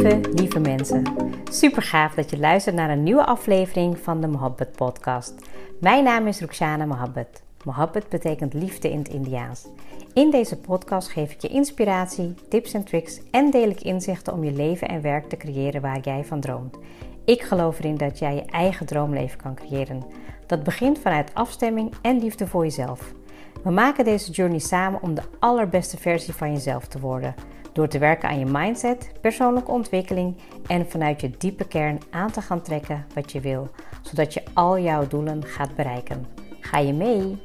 Lieve mensen. Super gaaf dat je luistert naar een nieuwe aflevering van de Mohabbat podcast. Mijn naam is Rukhsana Mohabbat. Mohabbat betekent liefde in het Indiaans. In deze podcast geef ik je inspiratie, tips en tricks en deel ik inzichten om je leven en werk te creëren waar jij van droomt. Ik geloof erin dat jij je eigen droomleven kan creëren. Dat begint vanuit afstemming en liefde voor jezelf. We maken deze journey samen om de allerbeste versie van jezelf te worden. Door te werken aan je mindset, persoonlijke ontwikkeling en vanuit je diepe kern aan te gaan trekken wat je wil. Zodat je al jouw doelen gaat bereiken. Ga je mee?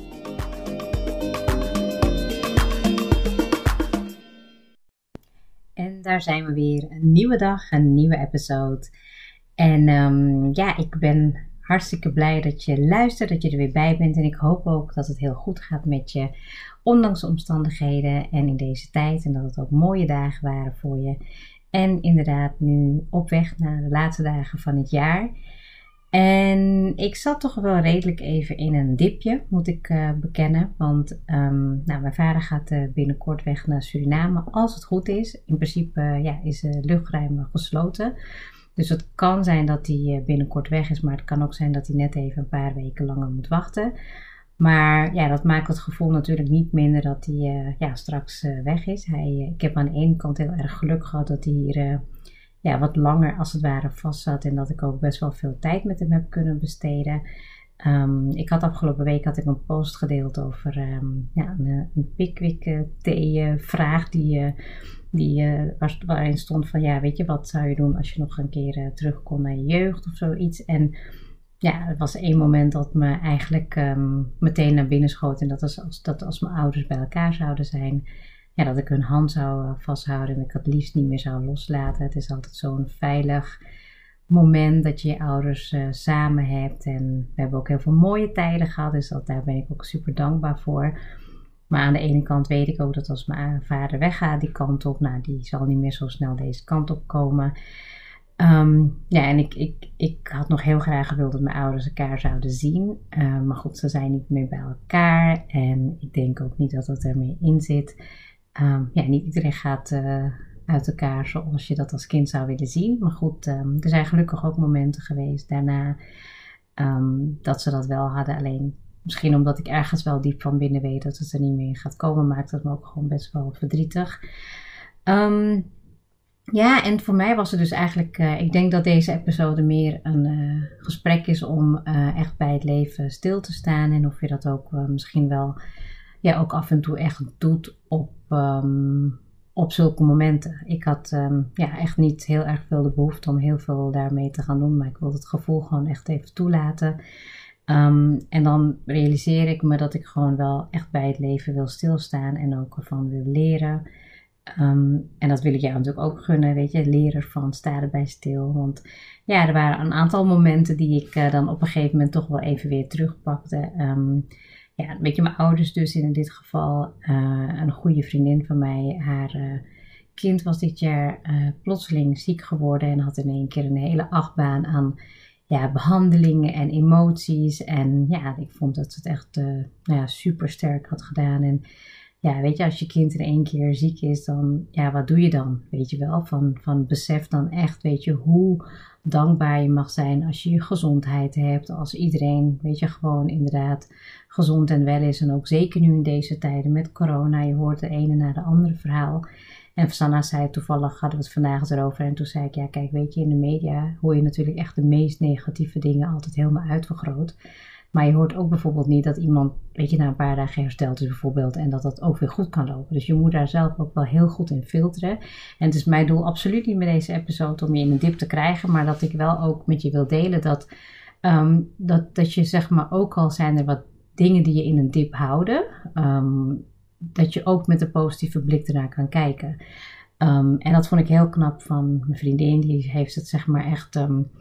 En daar zijn we weer. Een nieuwe dag, een nieuwe episode. En ik ben hartstikke blij dat je luistert, dat je er weer bij bent. En ik hoop ook dat het heel goed gaat met je, ondanks de omstandigheden en in deze tijd. En dat het ook mooie dagen waren voor je. En inderdaad nu op weg naar de laatste dagen van het jaar. En ik zat toch wel redelijk even in een dipje, moet ik bekennen. Want mijn vader gaat binnenkort weg naar Suriname, als het goed is. In principe is de luchtruim gesloten. Dus het kan zijn dat hij binnenkort weg is, maar het kan ook zijn dat hij net even een paar weken langer moet wachten. Maar ja, dat maakt het gevoel natuurlijk niet minder dat hij straks weg is. Ik heb aan de ene kant heel erg geluk gehad dat hij hier wat langer als het ware vast zat. En dat ik ook best wel veel tijd met hem heb kunnen besteden. Ik had afgelopen week een post gedeeld over een Pickwick thee vraag waarin stond van weet je, wat zou je doen als je nog een keer terug kon naar je jeugd of zoiets. En ja, het was één moment dat me eigenlijk meteen naar binnen schoot. En dat is dat als mijn ouders bij elkaar zouden zijn, dat ik hun hand zou vasthouden en ik het liefst niet meer zou loslaten. Het is altijd zo'n veilig moment dat je je ouders samen hebt. En we hebben ook heel veel mooie tijden gehad, dus daar ben ik ook super dankbaar voor. Maar aan de ene kant weet ik ook dat als mijn vader weggaat die kant op, die zal niet meer zo snel deze kant op komen. En ik had nog heel graag gewild dat mijn ouders elkaar zouden zien. Maar goed, ze zijn niet meer bij elkaar. En ik denk ook niet dat het er meer in zit. Niet iedereen gaat uit elkaar zoals je dat als kind zou willen zien. Maar goed, er zijn gelukkig ook momenten geweest daarna dat ze dat wel hadden. Alleen misschien omdat ik ergens wel diep van binnen weet dat het er niet meer gaat komen, maakt dat me ook gewoon best wel verdrietig. En voor mij was het dus eigenlijk, ik denk dat deze episode meer een gesprek is om echt bij het leven stil te staan. En of je dat ook misschien wel ook af en toe echt doet op zulke momenten. Ik had echt niet heel erg veel de behoefte om heel veel daarmee te gaan doen, maar ik wilde het gevoel gewoon echt even toelaten. En dan realiseer ik me dat ik gewoon wel echt bij het leven wil stilstaan en ook ervan wil leren. En dat wil ik jou natuurlijk ook gunnen, weet je, leren ervan, sta erbij stil. Want er waren een aantal momenten die ik dan op een gegeven moment toch wel even weer terugpakte. Weet je, mijn ouders dus in dit geval, een goede vriendin van mij, haar kind was dit jaar plotseling ziek geworden en had in één keer een hele achtbaan aan behandelingen en emoties. En ik vond dat ze het echt super sterk had gedaan. En weet je, als je kind in één keer ziek is, dan wat doe je dan? Weet je wel, van besef dan echt, weet je, hoe dankbaar je mag zijn als je je gezondheid hebt. Als iedereen, weet je, gewoon inderdaad gezond en wel is. En ook zeker nu in deze tijden met corona, je hoort de ene na de andere verhaal. En Sanna zei toevallig, hadden we het vandaag erover. En toen zei ik, kijk, weet je, in de media hoor je natuurlijk echt de meest negatieve dingen altijd helemaal uitvergroot. Maar je hoort ook bijvoorbeeld niet dat iemand, weet je, na een paar dagen hersteld is bijvoorbeeld. En dat dat ook weer goed kan lopen. Dus je moet daar zelf ook wel heel goed in filteren. En het is mijn doel absoluut niet met deze episode om je in een dip te krijgen. Maar dat ik wel ook met je wil delen dat je, zeg maar, ook al zijn er wat dingen die je in een dip houden, dat je ook met een positieve blik ernaar kan kijken. En dat vond ik heel knap van mijn vriendin. Die heeft het, zeg maar, echt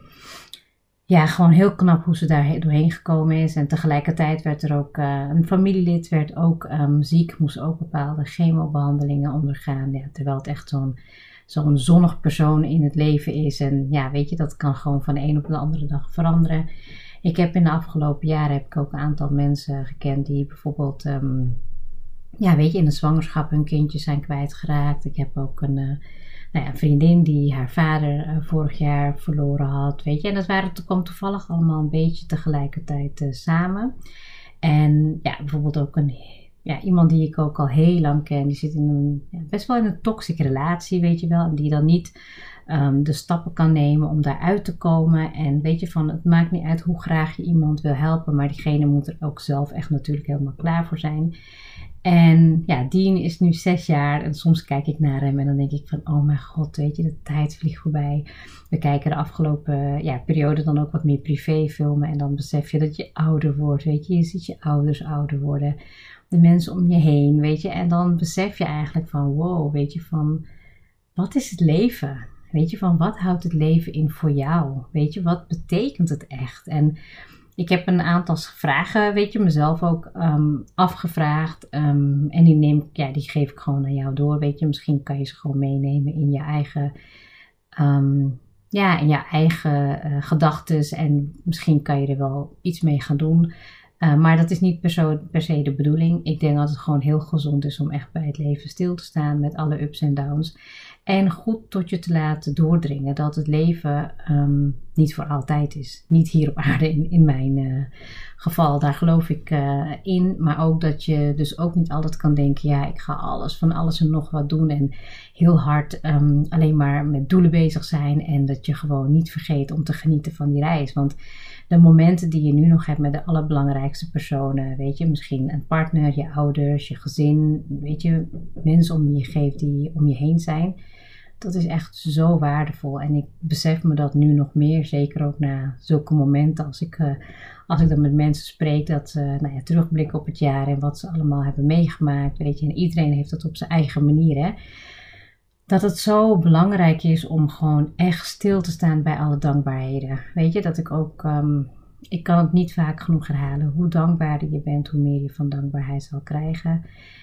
gewoon heel knap hoe ze daar doorheen gekomen is. En tegelijkertijd werd er ook een familielid werd ook ziek, moest ook bepaalde chemobehandelingen ondergaan. Terwijl het echt zo'n zonnig persoon in het leven is. En weet je, dat kan gewoon van de een op de andere dag veranderen. Ik heb in de afgelopen jaren ook een aantal mensen gekend die bijvoorbeeld weet je, in de zwangerschap hun kindjes zijn kwijtgeraakt. Ik heb ook nou ja, een vriendin die haar vader vorig jaar verloren had, weet je. En dat kwam toevallig allemaal een beetje tegelijkertijd samen. En ja, bijvoorbeeld ook iemand die ik ook al heel lang ken, die zit best wel in een toxische relatie, weet je wel. En die dan niet de stappen kan nemen om daaruit te komen. En weet je, het maakt niet uit hoe graag je iemand wil helpen, maar diegene moet er ook zelf echt natuurlijk helemaal klaar voor zijn. En ja, Dean is nu 6 jaar en soms kijk ik naar hem en dan denk ik van, oh mijn god, weet je, de tijd vliegt voorbij. We kijken de afgelopen periode dan ook wat meer privéfilmen en dan besef je dat je ouder wordt, weet je. Je ziet je ouders ouder worden, de mensen om je heen, weet je. En dan besef je eigenlijk van, wow, weet je, van, wat is het leven? Weet je, van, wat houdt het leven in voor jou? Weet je, wat betekent het echt? En ik heb een aantal vragen, weet je, mezelf ook afgevraagd. En die geef ik gewoon aan jou door, weet je. Misschien kan je ze gewoon meenemen in je eigen, gedachtes. En misschien kan je er wel iets mee gaan doen. Maar dat is niet per se de bedoeling. Ik denk dat het gewoon heel gezond is om echt bij het leven stil te staan met alle ups en downs. En goed tot je te laten doordringen dat het leven niet voor altijd is. Niet hier op aarde in mijn geval, daar geloof ik in. Maar ook dat je dus ook niet altijd kan denken, ja, ik ga van alles en nog wat doen. En heel hard alleen maar met doelen bezig zijn. En dat je gewoon niet vergeet om te genieten van die reis. Want de momenten die je nu nog hebt met de allerbelangrijkste personen, weet je, misschien een partner, je ouders, je gezin, weet je, mensen om je geeft die om je heen zijn. Dat is echt zo waardevol en ik besef me dat nu nog meer, zeker ook na zulke momenten als ik dan met mensen spreek, dat ze terugblikken op het jaar en wat ze allemaal hebben meegemaakt, weet je, en iedereen heeft dat op zijn eigen manier, hè. Dat het zo belangrijk is om gewoon echt stil te staan bij alle dankbaarheden. Weet je, dat ik ook, ik kan het niet vaak genoeg herhalen. Hoe dankbaarder je bent, hoe meer je van dankbaarheid zal krijgen.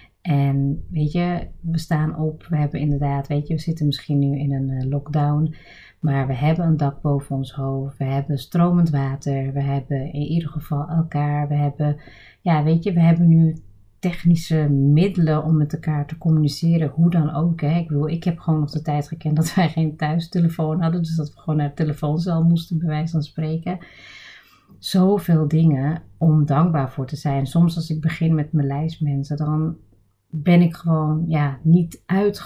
En weet je, we staan op, we hebben inderdaad, weet je, we zitten misschien nu in een lockdown. Maar we hebben een dak boven ons hoofd, we hebben stromend water, we hebben in ieder geval elkaar. We hebben, weet je, we hebben nu technische middelen om met elkaar te communiceren, hoe dan ook. Hè. Ik bedoel, ik heb gewoon nog de tijd gekend dat wij geen thuistelefoon hadden, dus dat we gewoon naar de telefooncel moesten, bij wijze van spreken. Zoveel dingen om dankbaar voor te zijn. Soms als ik begin met mijn lijst mensen, dan ben ik gewoon niet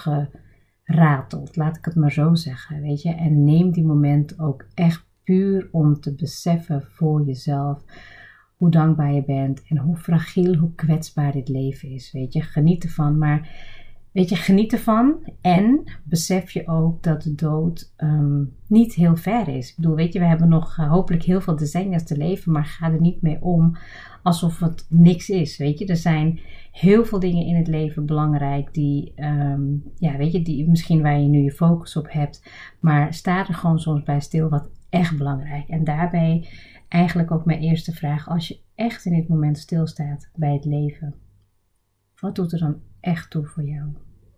uitgerateld, laat ik het maar zo zeggen, weet je. En neem die moment ook echt puur om te beseffen voor jezelf hoe dankbaar je bent en hoe fragiel, hoe kwetsbaar dit leven is, weet je. Geniet ervan, maar weet je, geniet ervan en besef je ook dat de dood niet heel ver is. Ik bedoel, weet je, we hebben nog hopelijk heel veel decennia's te leven, maar ga er niet mee om alsof het niks is, weet je. Er zijn heel veel dingen in het leven belangrijk die, weet je, die misschien waar je nu je focus op hebt, maar sta er gewoon soms bij stil wat echt belangrijk. En daarbij eigenlijk ook mijn eerste vraag, als je echt in dit moment stilstaat bij het leven, wat doet er dan echt toe voor jou?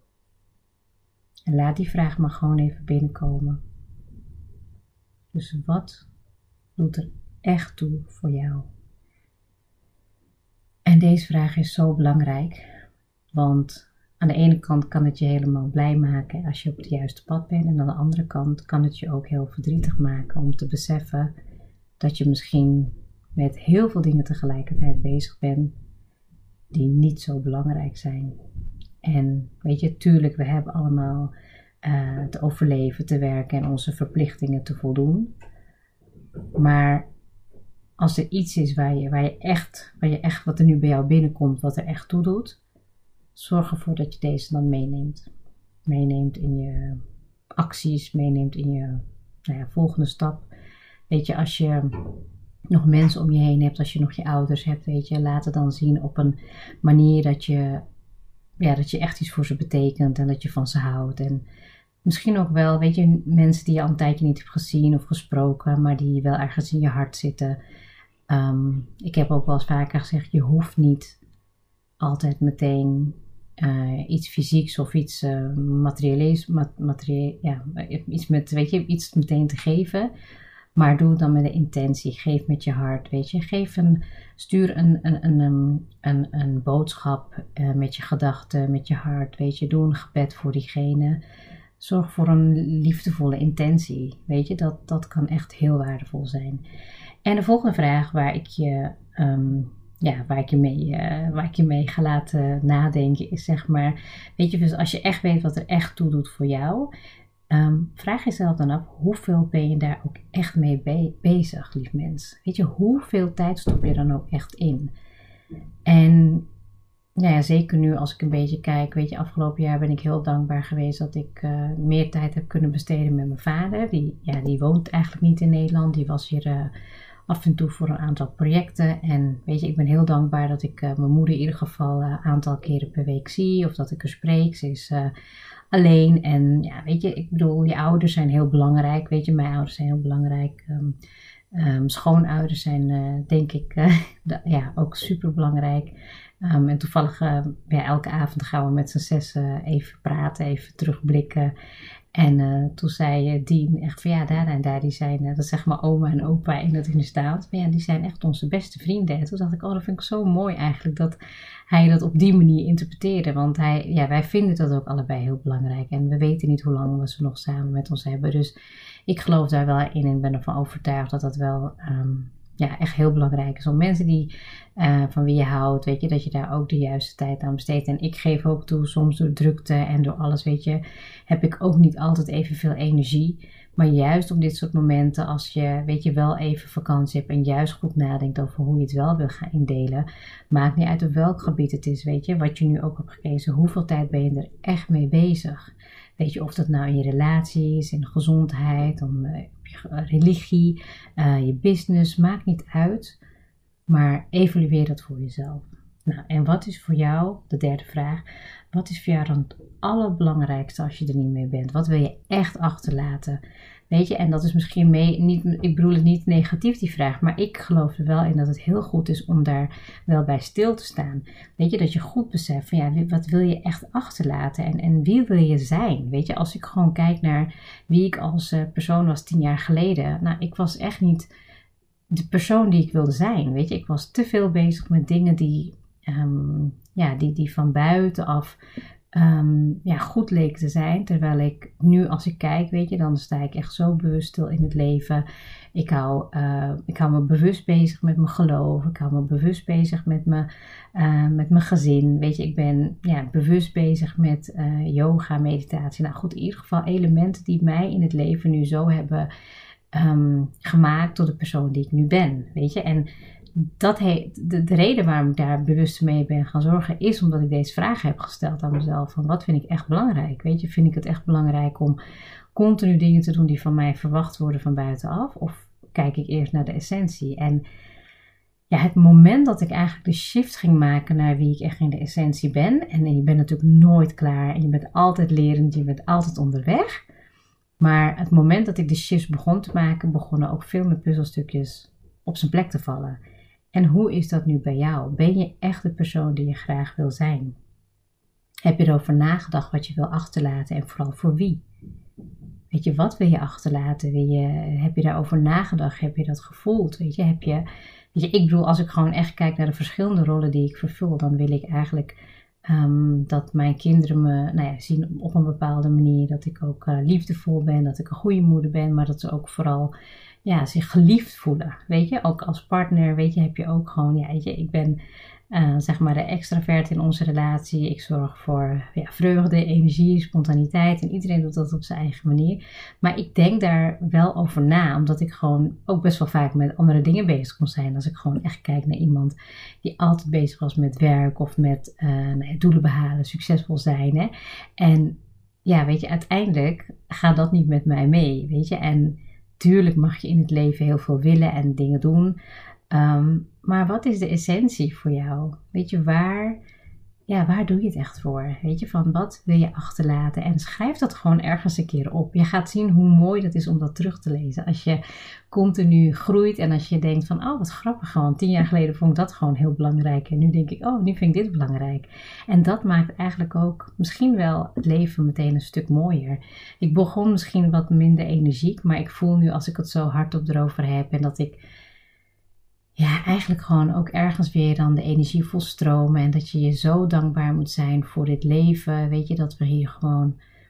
En laat die vraag maar gewoon even binnenkomen. Dus wat doet er echt toe voor jou? En deze vraag is zo belangrijk, want aan de ene kant kan het je helemaal blij maken als je op het juiste pad bent, en aan de andere kant kan het je ook heel verdrietig maken om te beseffen dat je misschien met heel veel dingen tegelijkertijd bezig bent die niet zo belangrijk zijn. En weet je, tuurlijk, we hebben allemaal te overleven, te werken en onze verplichtingen te voldoen. Maar als er iets is waar je echt, wat er nu bij jou binnenkomt, wat er echt toe doet, zorg ervoor dat je deze dan meeneemt. Meeneemt in je acties, meeneemt in je volgende stap. Weet je, als je nog mensen om je heen hebt, als je nog je ouders hebt, weet je, laat het dan zien op een manier dat je echt iets voor ze betekent en dat je van ze houdt. En misschien ook wel, weet je, mensen die je al een tijdje niet hebt gezien of gesproken, maar die wel ergens in je hart zitten. Ik heb ook wel eens vaker gezegd, je hoeft niet altijd meteen iets fysieks of iets iets met, weet je, iets meteen te geven. Maar doe het dan met een intentie. Geef met je hart, weet je. Stuur een boodschap met je gedachten, met je hart, weet je. Doe een gebed voor diegene. Zorg voor een liefdevolle intentie. Weet je, dat kan echt heel waardevol zijn. En de volgende vraag waar ik je mee ga laten nadenken is zeg maar, weet je, dus als je echt weet wat er echt toe doet voor jou, vraag jezelf dan af, hoeveel ben je daar ook echt mee bezig, lief mens? Weet je, hoeveel tijd stop je dan ook echt in? En ja, zeker nu als ik een beetje kijk, weet je, afgelopen jaar ben ik heel dankbaar geweest dat ik meer tijd heb kunnen besteden met mijn vader. Die woont eigenlijk niet in Nederland, die was hier af en toe voor een aantal projecten. En weet je, ik ben heel dankbaar dat ik mijn moeder in ieder geval een aantal keren per week zie of dat ik haar spreek. Ze is alleen en ja, weet je, ik bedoel, je ouders zijn heel belangrijk, weet je, mijn ouders zijn heel belangrijk. Schoonouders zijn denk ik ook super belangrijk. En toevallig elke avond gaan we met z'n zessen even praten, even terugblikken. En toen zei Dien echt van ja, daar en daar, die zijn, dat is zeg maar oma en opa in het Staat. Maar ja, die zijn echt onze beste vrienden. En toen dacht ik, dat vind ik zo mooi eigenlijk dat hij dat op die manier interpreteerde. Want wij vinden dat ook allebei heel belangrijk. En we weten niet hoe lang we ze nog samen met ons hebben. Dus ik geloof daar wel in en ben ervan overtuigd dat dat wel echt heel belangrijk is. Om mensen die van wie je houdt, weet je, dat je daar ook de juiste tijd aan besteedt. En ik geef ook toe, soms door drukte en door alles, weet je, heb ik ook niet altijd evenveel energie. Maar juist op dit soort momenten, als je, weet je, wel even vakantie hebt en juist goed nadenkt over hoe je het wel wil gaan indelen. Maakt niet uit op welk gebied het is, weet je, wat je nu ook hebt gekozen. Hoeveel tijd ben je er echt mee bezig? Weet je, of dat nou in je relatie is, in gezondheid, op je religie, je business, maakt niet uit. Maar evalueer dat voor jezelf. Nou, en wat is voor jou, de derde vraag, wat is voor jou dan het allerbelangrijkste als je er niet mee bent? Wat wil je echt achterlaten? Weet je, en dat is misschien ik bedoel het niet negatief die vraag, maar ik geloof er wel in dat het heel goed is om daar wel bij stil te staan. Weet je, dat je goed beseft van ja, wat wil je echt achterlaten en wie wil je zijn? Weet je, als ik gewoon kijk naar wie ik als persoon was 10 jaar geleden, nou, ik was echt niet de persoon die ik wilde zijn. Weet je, ik was te veel bezig met dingen die van buitenaf goed leek te zijn. Terwijl ik nu, als ik kijk, weet je, dan sta ik echt zo bewust stil in het leven. Ik hou me bewust bezig met mijn geloof. Ik hou me bewust bezig met mijn gezin. Weet je, ik ben bewust bezig met yoga, meditatie. Nou goed, in ieder geval elementen die mij in het leven nu zo hebben gemaakt tot de persoon die ik nu ben. Weet je, en de reden waarom ik daar bewust mee ben gaan zorgen is omdat ik deze vraag heb gesteld aan mezelf. Van wat vind ik echt belangrijk? Weet je, vind ik het echt belangrijk om continu dingen te doen die van mij verwacht worden van buitenaf? Of kijk ik eerst naar de essentie? En ja, het moment dat ik eigenlijk de shift ging maken naar wie ik echt in de essentie ben. En je bent natuurlijk nooit klaar en je bent altijd lerend, je bent altijd onderweg. Maar het moment dat ik de shifts begon te maken, begonnen ook veel meer puzzelstukjes op zijn plek te vallen. En hoe is dat nu bij jou? Ben je echt de persoon die je graag wil zijn? Heb je erover nagedacht wat je wil achterlaten en vooral voor wie? Weet je, wat wil je achterlaten? Heb je daarover nagedacht? Heb je dat gevoeld? Weet je, ik bedoel, als ik gewoon echt kijk naar de verschillende rollen die ik vervul, dan wil ik eigenlijk dat mijn kinderen me zien op een bepaalde manier. Dat ik ook liefdevol ben, dat ik een goede moeder ben, maar dat ze ook vooral zich geliefd voelen. Weet je, ook als partner, weet je, heb je ook gewoon, weet je, ik ben zeg maar de extravert in onze relatie. Ik zorg voor vreugde, energie, spontaniteit en iedereen doet dat op zijn eigen manier. Maar ik denk daar wel over na, omdat ik gewoon ook best wel vaak met andere dingen bezig kon zijn. Als ik gewoon echt kijk naar iemand die altijd bezig was met werk of met doelen behalen, succesvol zijn. Hè? En ja, weet je, uiteindelijk gaat dat niet met mij mee, weet je. En tuurlijk mag je in het leven heel veel willen en dingen doen. Maar wat is de essentie voor jou? Weet je, waar doe je het echt voor? Weet je, van wat wil je achterlaten? En schrijf dat gewoon ergens een keer op. Je gaat zien hoe mooi dat is om dat terug te lezen. Als je continu groeit en als je denkt van, oh wat grappig gewoon. 10 jaar geleden vond ik dat gewoon heel belangrijk. En nu denk ik, oh nu vind ik dit belangrijk. En dat maakt eigenlijk ook misschien wel het leven meteen een stuk mooier. Ik begon misschien wat minder energiek. Maar ik voel nu als ik het zo hardop erover heb en dat ik eigenlijk gewoon ook ergens weer dan de energie voel stromen. En dat je je zo dankbaar moet zijn voor dit leven. Weet je, dat we hier gewoon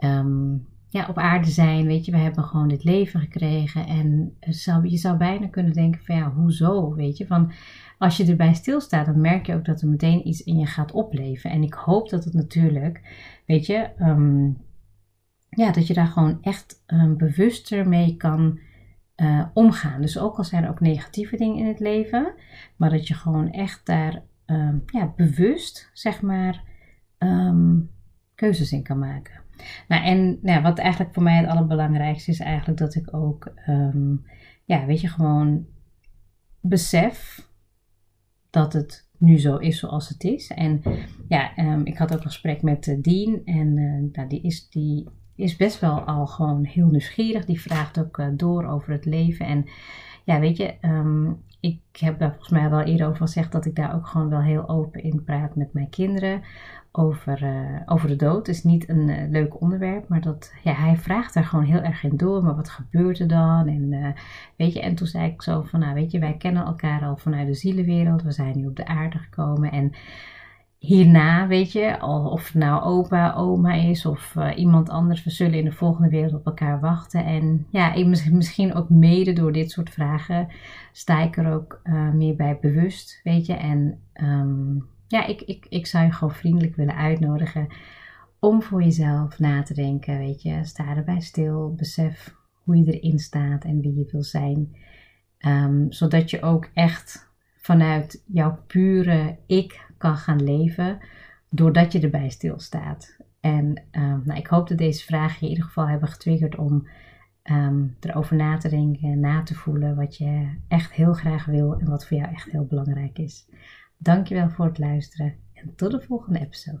op aarde zijn. Weet je, we hebben gewoon dit leven gekregen. En je zou bijna kunnen denken van ja, hoezo? Weet je, van als je erbij stilstaat, dan merk je ook dat er meteen iets in je gaat opleven. En ik hoop dat het natuurlijk, weet je, dat je daar gewoon echt bewuster mee kan omgaan. Dus ook al zijn er ook negatieve dingen in het leven, maar dat je gewoon echt daar bewust, zeg maar, keuzes in kan maken. Nou, en wat eigenlijk voor mij het allerbelangrijkste is eigenlijk dat ik ook, gewoon besef dat het nu zo is zoals het is. En ik had ook een gesprek met Dean en die is best wel al gewoon heel nieuwsgierig. Die vraagt ook door over het leven. En ja, weet je, ik heb daar volgens mij wel eerder over gezegd dat ik daar ook gewoon wel heel open in praat met mijn kinderen over de dood. Het is niet een leuk onderwerp, maar hij vraagt daar gewoon heel erg in door. Maar wat gebeurt er dan? En weet je, en toen zei ik zo van, weet je, wij kennen elkaar al vanuit de zielenwereld. We zijn nu op de aarde gekomen en hierna, weet je, of het nou opa, oma is of iemand anders, we zullen in de volgende wereld op elkaar wachten. En misschien ook mede door dit soort vragen sta ik er ook meer bij bewust, weet je. En ik zou je gewoon vriendelijk willen uitnodigen om voor jezelf na te denken, weet je. Sta erbij stil, besef hoe je erin staat en wie je wil zijn. Zodat je ook echt vanuit jouw pure ik kan gaan leven, doordat je erbij stilstaat. En ik hoop dat deze vragen je in ieder geval hebben getriggerd om erover na te denken, na te voelen wat je echt heel graag wil en wat voor jou echt heel belangrijk is. Dankjewel voor het luisteren en tot de volgende episode.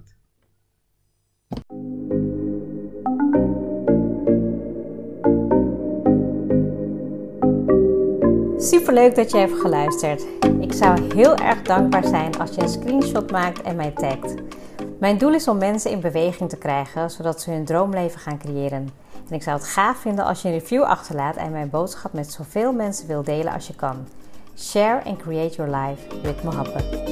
Superleuk dat je hebt geluisterd. Ik zou heel erg dankbaar zijn als je een screenshot maakt en mij tagt. Mijn doel is om mensen in beweging te krijgen, zodat ze hun droomleven gaan creëren. En ik zou het gaaf vinden als je een review achterlaat en mijn boodschap met zoveel mensen wil delen als je kan. Share and create your life with Mohabbat.